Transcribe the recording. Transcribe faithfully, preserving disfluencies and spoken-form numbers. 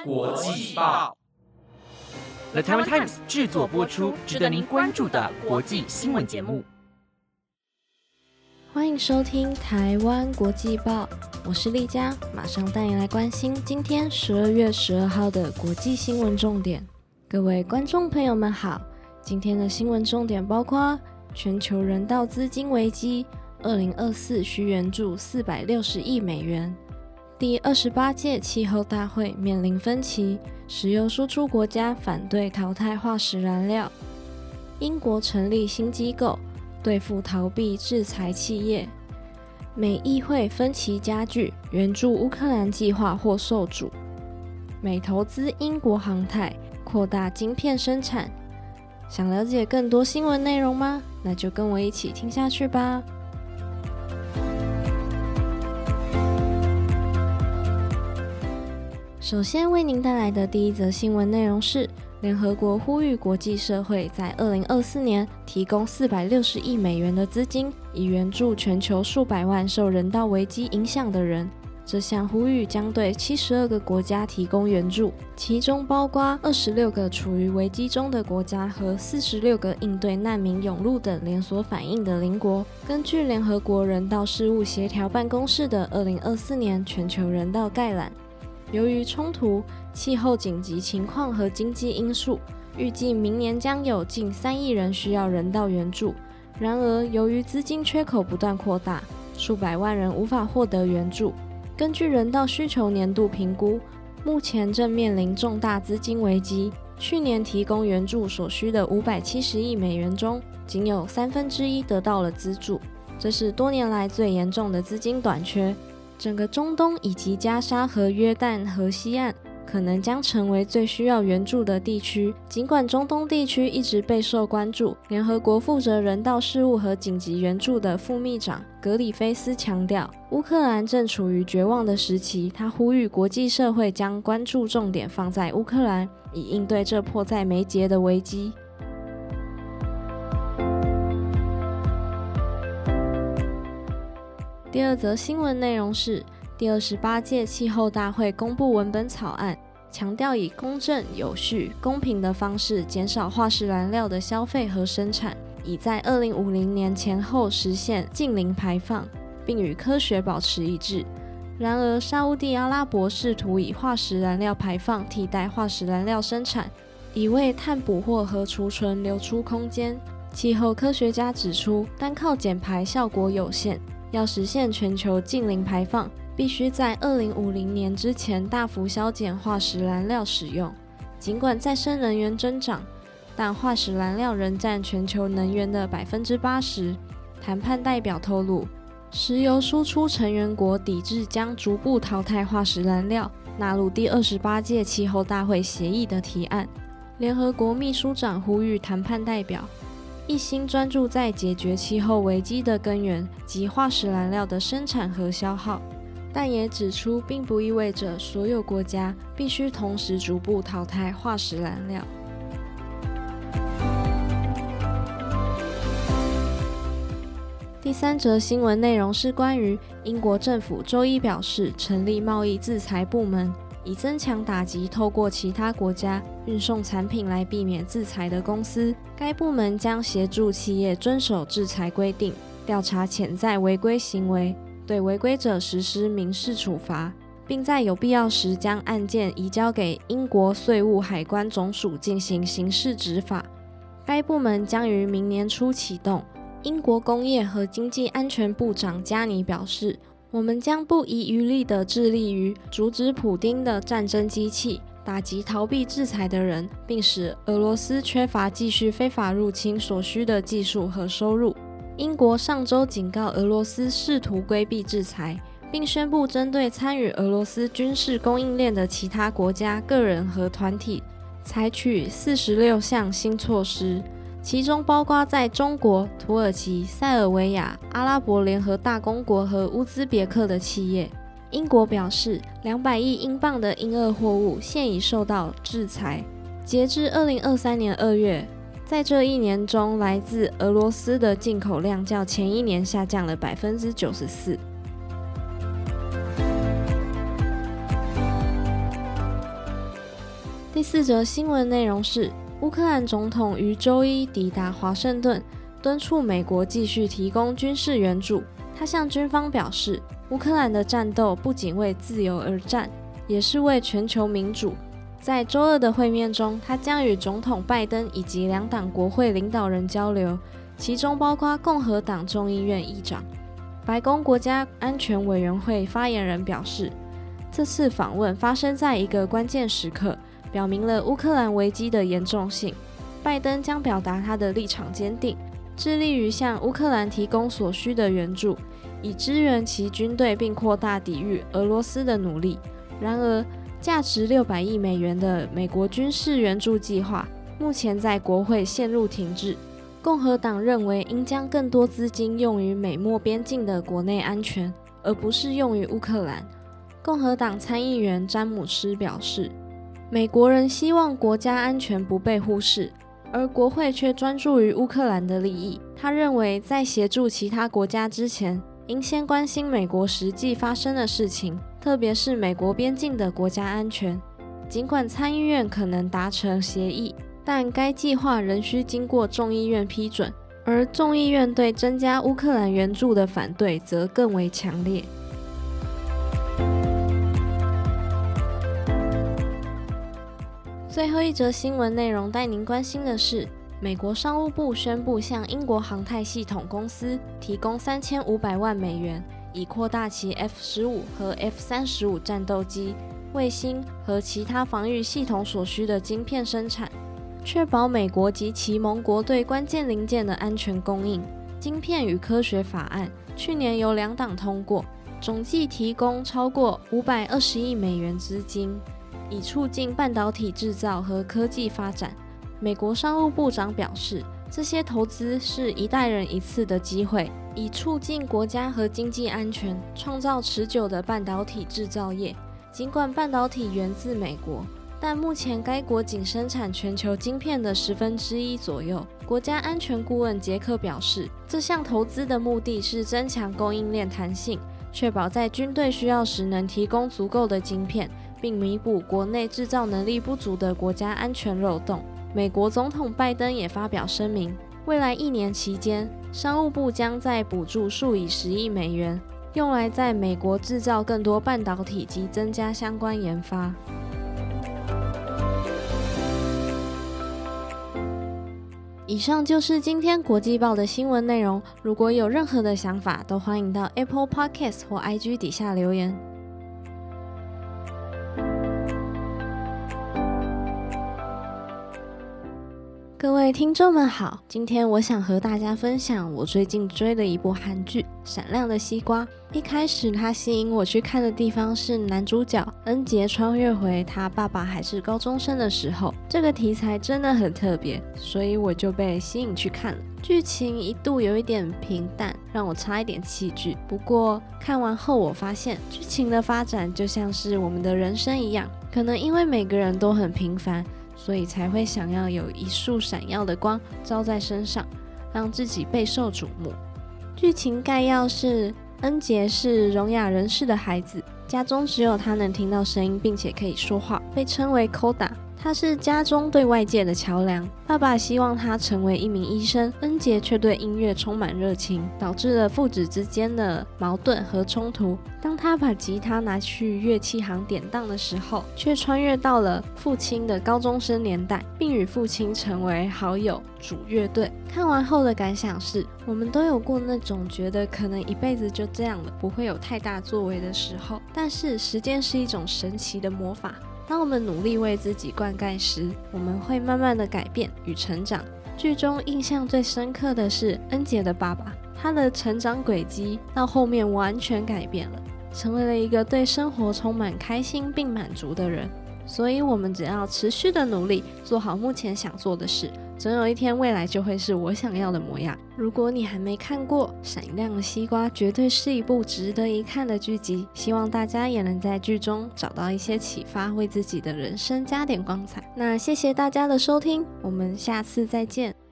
国际报 The Taiwan Times 制作播出，值得您关注的国际新闻节目。 欢迎收听台湾国际报，我是丽佳，马上带你来关心今天十二月十二号的国际新闻重点。各位观众朋友们好，今天的新闻重点包括全球人道资金危机，二零二四需援助四百六十亿美元。第二十八届气候大会面临分歧，石油输出国家反对淘汰化石燃料。英国成立新机构对付逃避制裁企业。美议会分歧加剧，援助乌克兰计划或受阻。美投资英国航太，扩大晶片生产。想了解更多新闻内容吗？那就跟我一起听下去吧。首先为您带来的第一则新闻内容是，联合国呼吁国际社会在二零二四年提供四百六十亿美元的资金，以援助全球数百万受人道危机影响的人。这项呼吁将对七十二个国家提供援助，其中包括二十六个处于危机中的国家和四十六个应对难民涌入等连锁反应的邻国。根据联合国人道事务协调办公室的二零二四年全球人道概览，由于冲突、气候紧急情况和经济因素，预计明年将有近三亿人需要人道援助。然而，由于资金缺口不断扩大，数百万人无法获得援助。根据人道需求年度评估，目前正面临重大资金危机。去年提供援助所需的五百七十亿美元中，仅有三分之一得到了资助，这是多年来最严重的资金短缺。整个中东以及加沙和约旦河西岸可能将成为最需要援助的地区。尽管中东地区一直备受关注，联合国负责人道事务和紧急援助的副秘长格里菲斯强调，乌克兰正处于绝望的时期。他呼吁国际社会将关注重点放在乌克兰，以应对这迫在眉睫的危机。第二则新闻内容是，第二十八届气候大会公布文本草案，强调以公正、有序、公平的方式减少化石燃料的消费和生产，以在二零五零年前后实现净零排放，并与科学保持一致。然而，沙烏地阿拉伯试图以化石燃料排放替代化石燃料生产，以为碳捕获和储存留出空间。气候科学家指出，单靠减排效果有限。要实现全球净零排放，必须在二零五零年之前大幅削减化石燃料使用。尽管再生能源增长，但化石燃料仍占全球能源的 百分之八十。谈判代表透露，石油输出成员国抵制将逐步淘汰化石燃料纳入第二十八届气候大会协议的提案。联合国秘书长呼吁谈判代表一心专注在解决气候危机的根源及化石燃料的生产和消耗，但也指出并不意味着所有国家必须同时逐步淘汰化石燃料。第三则新闻内容是关于英国政府周一表示成立贸易制裁部门，以增强打击透过其他国家运送产品来避免制裁的公司。该部门将协助企业遵守制裁规定，调查潜在违规行为，对违规者实施民事处罚，并在有必要时将案件移交给英国税务海关总署进行刑事执法。该部门将于明年初启动。英国工业和经济安全部长加尼表示，我们将不遗余力地致力于阻止普丁的战争机器，打击逃避制裁的人，并使俄罗斯缺乏继续非法入侵所需的技术和收入。英国上周警告俄罗斯试图规避制裁，并宣布针对参与俄罗斯军事供应链的其他国家、个人和团体采取四十六项新措施，其中包括在中国、土耳其、塞尔维亚、阿拉伯联合大公国和乌兹别克的企业。英国表示，两百亿英镑的英俄货物现已受到制裁。截至二零二三年二月，在这一年中，来自俄罗斯的进口量较前一年下降了 百分之九十四。 第四则新闻内容是，乌克兰总统于周一抵达华盛顿，敦促美国继续提供军事援助。他向军方表示，乌克兰的战斗不仅为自由而战，也是为全球民主。在周二的会面中，他将与总统拜登以及两党国会领导人交流，其中包括共和党众议院议长。白宫国家安全委员会发言人表示，这次访问发生在一个关键时刻，表明了乌克兰危机的严重性。拜登将表达他的立场坚定，致力于向乌克兰提供所需的援助，以支援其军队并扩大抵御俄罗斯的努力。然而，价值六百亿美元的美国军事援助计划目前在国会陷入停滞。共和党认为应将更多资金用于美墨边境的国内安全，而不是用于乌克兰。共和党参议员詹姆斯表示，美国人希望国家安全不被忽视，而国会却专注于乌克兰的利益。他认为，在协助其他国家之前，应先关心美国实际发生的事情，特别是美国边境的国家安全。尽管参议院可能达成协议，但该计划仍需经过众议院批准，而众议院对增加乌克兰援助的反对则更为强烈。最后一则新闻内容带您关心的是，美国商务部宣布向英国航太系统公司提供三千五百万美元，以扩大其 F 十五 和 F 三十五 战斗机、卫星和其他防御系统所需的晶片生产，确保美国及其盟国对关键零件的安全供应。晶片与科学法案去年由两党通过，总计提供超过五百二十亿美元资金，以促进半导体制造和科技发展。美国商务部长表示，这些投资是一代人一次的机会，以促进国家和经济安全，创造持久的半导体制造业。尽管半导体源自美国，但目前该国仅生产全球晶片的十分之一左右。国家安全顾问杰克表示，这项投资的目的是增强供应链弹性，确保在军队需要时能提供足够的晶片，并弥补国内制造能力不足的国家安全漏洞。美国总统拜登也发表声明，未来一年期间，商务部将再补助数以十亿美元，用来在美国制造更多半导体及增加相关研发。以上就是今天国际报的新闻内容。如果有任何的想法，都欢迎到 Apple Podcast 或 I G 底下留言。各位听众们好，今天我想和大家分享我最近追的一部韩剧《闪亮的西瓜》。一开始它吸引我去看的地方是男主角恩杰穿越回他爸爸还是高中生的时候，这个题材真的很特别，所以我就被吸引去看了。剧情一度有一点平淡，让我差一点弃剧。不过看完后我发现，剧情的发展就像是我们的人生一样，可能因为每个人都很平凡，所以才会想要有一束闪耀的光照在身上，让自己备受瞩目。剧情概要是，恩杰是聋哑人士的孩子，家中只有他能听到声音并且可以说话，被称为 Koda。他是家中对外界的桥梁，爸爸希望他成为一名医生，恩杰却对音乐充满热情，导致了父子之间的矛盾和冲突。当他把吉他拿去乐器行典当的时候，却穿越到了父亲的高中生年代，并与父亲成为好友，组乐队。看完后的感想是，我们都有过那种觉得可能一辈子就这样了，不会有太大作为的时候，但是时间是一种神奇的魔法，当我们努力为自己灌溉时，我们会慢慢的改变与成长。剧中印象最深刻的是恩杰的爸爸，他的成长轨迹到后面完全改变了，成为了一个对生活充满开心并满足的人。所以我们只要持续的努力，做好目前想做的事，总有一天未来就会是我想要的模样。如果你还没看过《闪亮的西瓜》，绝对是一部值得一看的剧集，希望大家也能在剧中找到一些启发，为自己的人生加点光彩。那谢谢大家的收听，我们下次再见。